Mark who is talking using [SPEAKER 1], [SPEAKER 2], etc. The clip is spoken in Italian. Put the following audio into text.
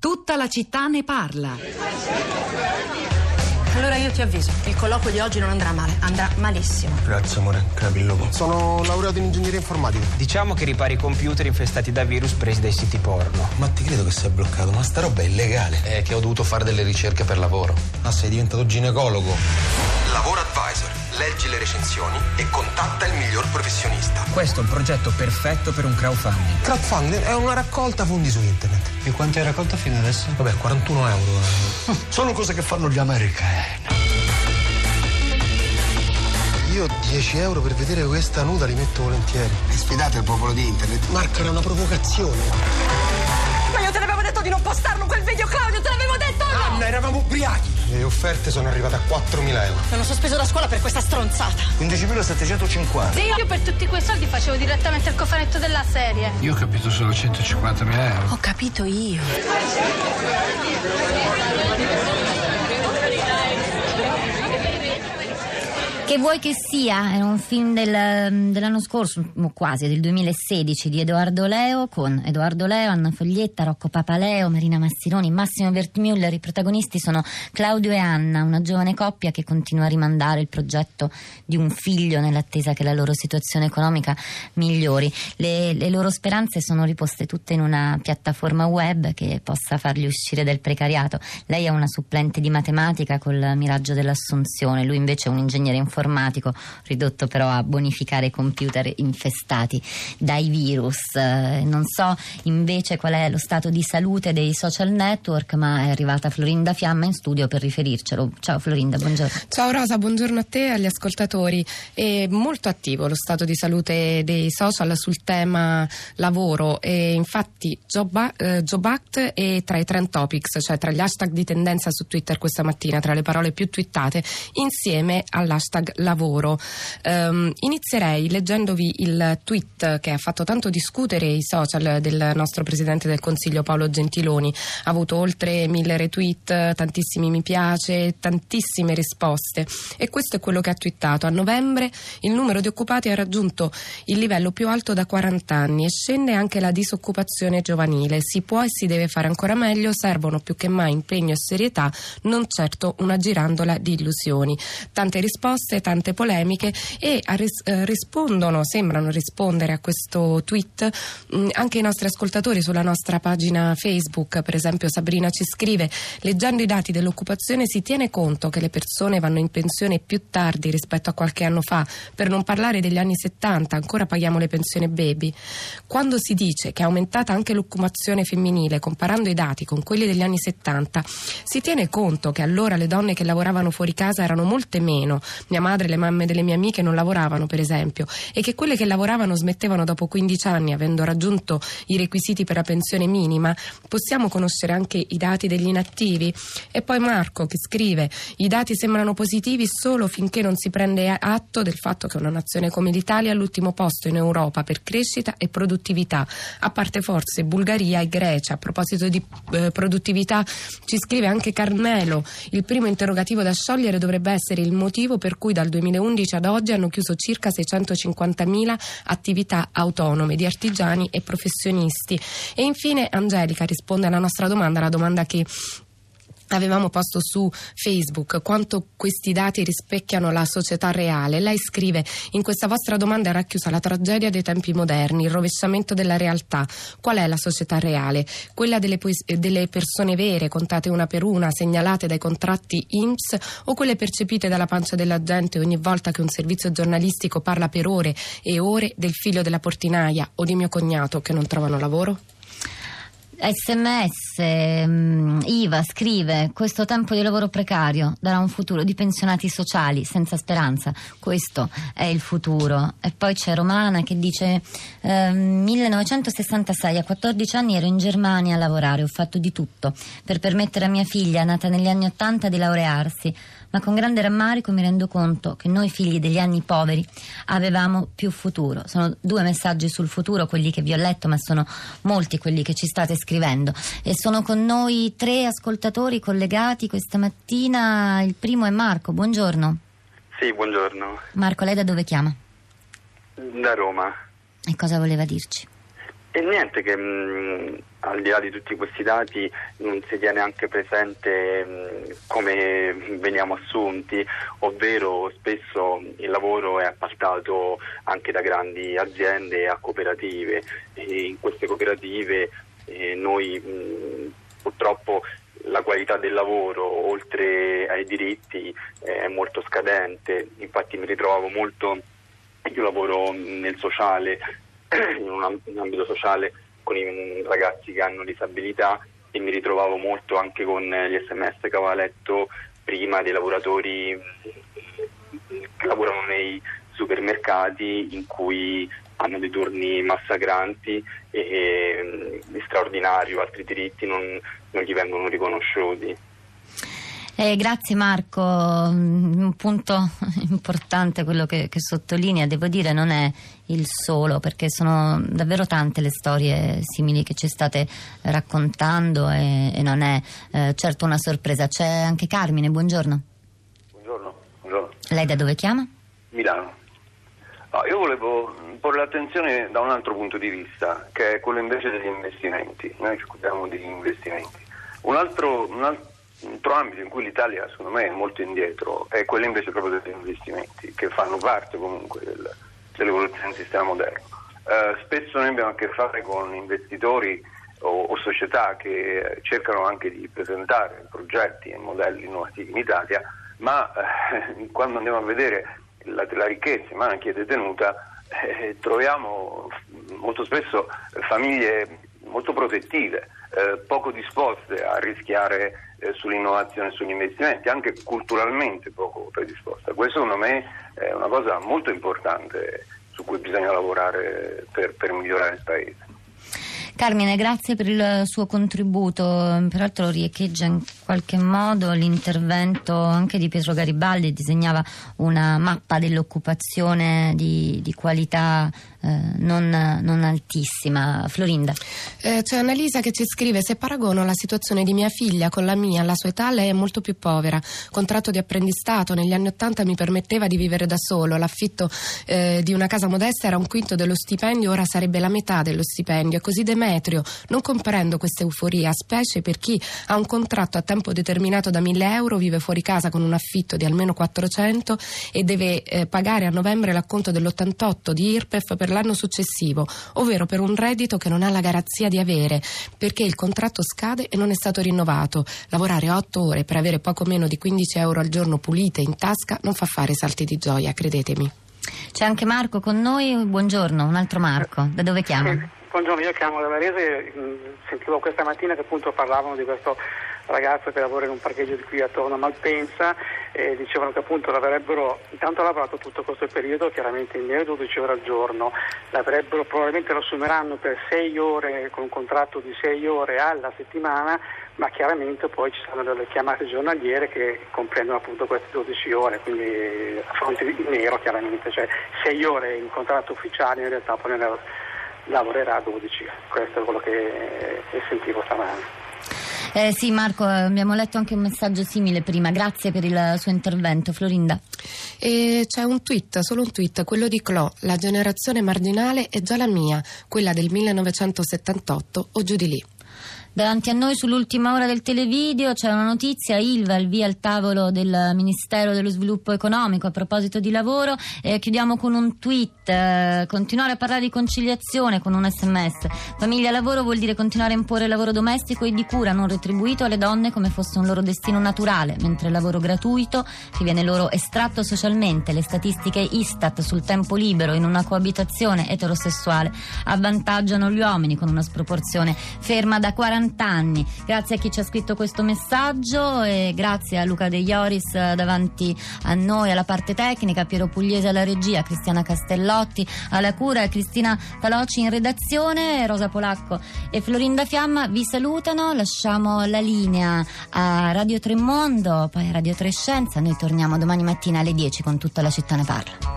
[SPEAKER 1] Tutta la città ne parla.
[SPEAKER 2] Allora io ti avviso, il colloquio di oggi non andrà male, andrà malissimo.
[SPEAKER 3] Grazie amore, capillo.
[SPEAKER 4] Sono laureato in ingegneria informatica.
[SPEAKER 5] Diciamo che ripari i computer infestati da virus presi dai siti porno.
[SPEAKER 3] Ma ti credo che sei bloccato, ma sta roba è illegale.
[SPEAKER 4] È che ho dovuto fare delle ricerche per lavoro.
[SPEAKER 3] Ah, sei diventato ginecologo.
[SPEAKER 6] Lavoro Advisor, leggi le recensioni e contatta il miglior professionista.
[SPEAKER 5] Questo è un progetto perfetto per un crowdfunding.
[SPEAKER 4] Crowdfunding è una raccolta fondi su internet.
[SPEAKER 3] E quanto hai raccolto fino adesso?
[SPEAKER 4] Vabbè, 41 euro.
[SPEAKER 3] Sono cose che fanno gli americani.
[SPEAKER 4] Io 10 euro per vedere questa nuda li metto volentieri.
[SPEAKER 6] Sfidate il popolo di internet.
[SPEAKER 4] Marco, era una provocazione.
[SPEAKER 2] Ma io te l'avevo detto di non postarlo quel video, Claudio, te l'avevo detto! No!
[SPEAKER 4] Anna, eravamo ubriachi. Le offerte sono arrivate a 4.000 euro.
[SPEAKER 2] Mi hanno sospeso da scuola per questa stronzata.
[SPEAKER 3] 15.750.
[SPEAKER 7] Sì, io per tutti quei soldi facevo direttamente il cofanetto della serie.
[SPEAKER 3] Io ho capito solo 150.000 euro.
[SPEAKER 2] Ho capito io.
[SPEAKER 8] Che vuoi che sia, era un film dell'anno scorso, quasi, del 2016, di Edoardo Leo, con Edoardo Leo, Anna Foglietta, Rocco Papaleo, Marina Massironi, Massimo Wertmüller. I protagonisti sono Claudio e Anna, una giovane coppia che continua a rimandare il progetto di un figlio nell'attesa che la loro situazione economica migliori. Le loro speranze sono riposte tutte in una piattaforma web che possa farli uscire dal precariato. Lei è una supplente di matematica col miraggio dell'assunzione, lui invece è un ingegnere informatico ridotto però a bonificare computer infestati dai virus. Non so invece qual è lo stato di salute dei social network, ma è arrivata Florinda Fiamma in studio per riferircelo. Ciao Florinda, buongiorno.
[SPEAKER 9] Ciao Rosa, buongiorno a te e agli ascoltatori. È molto attivo lo stato di salute dei social sul tema lavoro e infatti Job Act è tra i trend topics, cioè tra gli hashtag di tendenza su Twitter questa mattina, tra le parole più twittate, insieme all'hashtag lavoro. Inizierei leggendovi il tweet che ha fatto tanto discutere i social del nostro Presidente del Consiglio Paolo Gentiloni. Ha avuto oltre 1000 retweet, tantissimi mi piace, tantissime risposte, e questo è quello che ha twittato. A novembre il numero di occupati ha raggiunto il livello più alto da 40 anni e scende anche la disoccupazione giovanile. Si può e si deve fare ancora meglio, servono più che mai impegno e serietà, non certo girandola di illusioni. Tante risposte, tante polemiche, e sembrano rispondere a questo tweet anche i nostri ascoltatori sulla nostra pagina Facebook. Per esempio Sabrina ci scrive: leggendo i dati dell'occupazione si tiene conto che le persone vanno in pensione più tardi rispetto a qualche anno fa, per non parlare degli anni 70, ancora paghiamo le pensioni baby. Quando si dice che è aumentata anche l'occupazione femminile comparando i dati con quelli degli anni 70, si tiene conto che allora le donne che lavoravano fuori casa erano molte meno. Mia madre, le mamme delle mie amiche non lavoravano, per esempio, e che quelle che lavoravano smettevano dopo 15 anni, avendo raggiunto i requisiti per la pensione minima. Possiamo conoscere anche i dati degli inattivi? E poi Marco che scrive: i dati sembrano positivi solo finché non si prende atto del fatto che una nazione come l'Italia è all'ultimo posto in Europa per crescita e produttività, a parte forse Bulgaria e Grecia. A proposito di produttività ci scrive anche Carmelo: il primo interrogativo da sciogliere dovrebbe essere il motivo per cui dal 2011 ad oggi hanno chiuso circa 650.000 attività autonome di artigiani e professionisti. E infine Angelica risponde alla nostra domanda, la domanda che avevamo posto su Facebook: quanto questi dati rispecchiano la società reale. Lei scrive: in questa vostra domanda è racchiusa la tragedia dei tempi moderni, il rovesciamento della realtà. Qual è la società reale? Quella delle persone vere, contate una per una, segnalate dai contratti INPS, o quelle percepite dalla pancia della gente ogni volta che un servizio giornalistico parla per ore e ore del figlio della portinaia o di mio cognato che non trovano lavoro?
[SPEAKER 8] SMS, Iva scrive: questo tempo di lavoro precario darà un futuro di pensionati sociali senza speranza, questo è il futuro. E poi c'è Romana che dice 1966, a 14 anni ero in Germania a lavorare, ho fatto di tutto per permettere a mia figlia, nata negli anni 80, di laurearsi, ma con grande rammarico mi rendo conto che noi figli degli anni poveri avevamo più futuro. Sono 2 messaggi sul futuro quelli che vi ho letto, ma sono molti quelli che ci state scrivendo, e sono con noi 3 ascoltatori collegati questa mattina. Il primo è Marco, buongiorno.
[SPEAKER 10] Sì, buongiorno.
[SPEAKER 8] Marco, lei da dove chiama?
[SPEAKER 10] Da Roma.
[SPEAKER 8] E cosa voleva dirci?
[SPEAKER 10] E niente, che al di là di tutti questi dati non si tiene anche presente come veniamo assunti, ovvero spesso il lavoro è appaltato anche da grandi aziende e a cooperative, e in queste cooperative noi purtroppo la qualità del lavoro, oltre ai diritti, è molto scadente. Infatti mi ritrovavo molto, io lavoro nel sociale, in un ambito sociale con i ragazzi che hanno disabilità, e mi ritrovavo molto anche con gli SMS che avevo letto prima dei lavoratori che lavorano nei supermercati, in cui hanno dei turni massacranti e di straordinario, altri diritti non gli vengono riconosciuti.
[SPEAKER 8] Grazie Marco, un punto importante quello che sottolinea, devo dire non è il solo, perché sono davvero tante le storie simili che ci state raccontando e non è certo una sorpresa. C'è anche Carmine, buongiorno.
[SPEAKER 11] Buongiorno.
[SPEAKER 8] Lei da dove chiama?
[SPEAKER 11] Milano. Io volevo porre l'attenzione da un altro punto di vista, che è quello invece degli investimenti. Noi ci occupiamo di investimenti. Un altro ambito in cui l'Italia secondo me è molto indietro è quello invece proprio degli investimenti, che fanno parte comunque dell'evoluzione del sistema moderno. Spesso noi abbiamo a che fare con investitori o società che cercano anche di presentare progetti e modelli innovativi in Italia, ma quando andiamo a vedere la ricchezza ma anche detenuta, troviamo molto spesso famiglie molto protettive, poco disposte a rischiare sull'innovazione e sugli investimenti, anche culturalmente poco predisposte. Questo secondo me è una cosa molto importante su cui bisogna lavorare per migliorare il Paese.
[SPEAKER 8] Carmine, grazie per il suo contributo, peraltro riecheggia in qualche modo l'intervento anche di Pietro Garibaldi, disegnava una mappa dell'occupazione di qualità non altissima. Florinda.
[SPEAKER 9] C'è Annalisa che ci scrive: se paragono la situazione di mia figlia con la mia, alla sua età lei è molto più povera, contratto di apprendistato, negli anni '80 mi permetteva di vivere da solo, l'affitto di una casa modesta era un quinto dello stipendio, ora sarebbe la metà dello stipendio, è così Demetrio. Non comprendo questa euforia, specie per chi ha un contratto a tempo determinato da 1.000 euro, vive fuori casa con un affitto di almeno 400 e deve pagare a novembre l'acconto dell'88 di IRPEF per l'anno successivo, ovvero per un reddito che non ha la garanzia di avere, perché il contratto scade e non è stato rinnovato. Lavorare 8 ore per avere poco meno di 15 euro al giorno pulite in tasca non fa fare salti di gioia, credetemi.
[SPEAKER 8] C'è anche Marco con noi, buongiorno, un altro Marco, da dove chiama?
[SPEAKER 12] Buongiorno, io chiamo da Varese, sentivo questa mattina che appunto parlavano di questo ragazzo che lavora in un parcheggio di qui attorno a Malpensa, e dicevano che appunto intanto ha lavorato tutto questo periodo chiaramente in nero 12 ore al giorno, probabilmente lo assumeranno per 6 ore con un contratto di 6 ore alla settimana, ma chiaramente poi ci saranno delle chiamate giornaliere che comprendono appunto queste 12 ore, quindi a fronte di nero chiaramente, cioè 6 ore in contratto ufficiale, in realtà poi lavorerà 12, questo è quello che sentivo stamane.
[SPEAKER 8] Sì Marco, abbiamo letto anche un messaggio simile prima, grazie per il suo intervento. Florinda.
[SPEAKER 9] C'è un tweet, solo un tweet, quello di Clò: la generazione marginale è già la mia, quella del 1978 o giù di lì.
[SPEAKER 8] Davanti a noi sull'ultima ora del televideo c'è una notizia: Ilva il via al tavolo del Ministero dello Sviluppo Economico a proposito di lavoro. Chiudiamo con un tweet: continuare a parlare di conciliazione con un SMS. Famiglia lavoro vuol dire continuare a imporre il lavoro domestico e di cura non retribuito alle donne come fosse un loro destino naturale, mentre il lavoro gratuito che viene loro estratto socialmente. Le statistiche Istat sul tempo libero in una coabitazione eterosessuale avvantaggiano gli uomini con una sproporzione ferma da 40 anni. Grazie a chi ci ha scritto questo messaggio e grazie a Luca De Ioris davanti a noi alla parte tecnica, Piero Pugliese alla regia, Cristiana Castellotti alla cura, Cristina Taloci in redazione, Rosa Polacco e Florinda Fiamma vi salutano. Lasciamo la linea a Radio Tremondo, poi a Radio 3 Scienza. Noi torniamo domani mattina alle 10 con Tutta la città ne parla.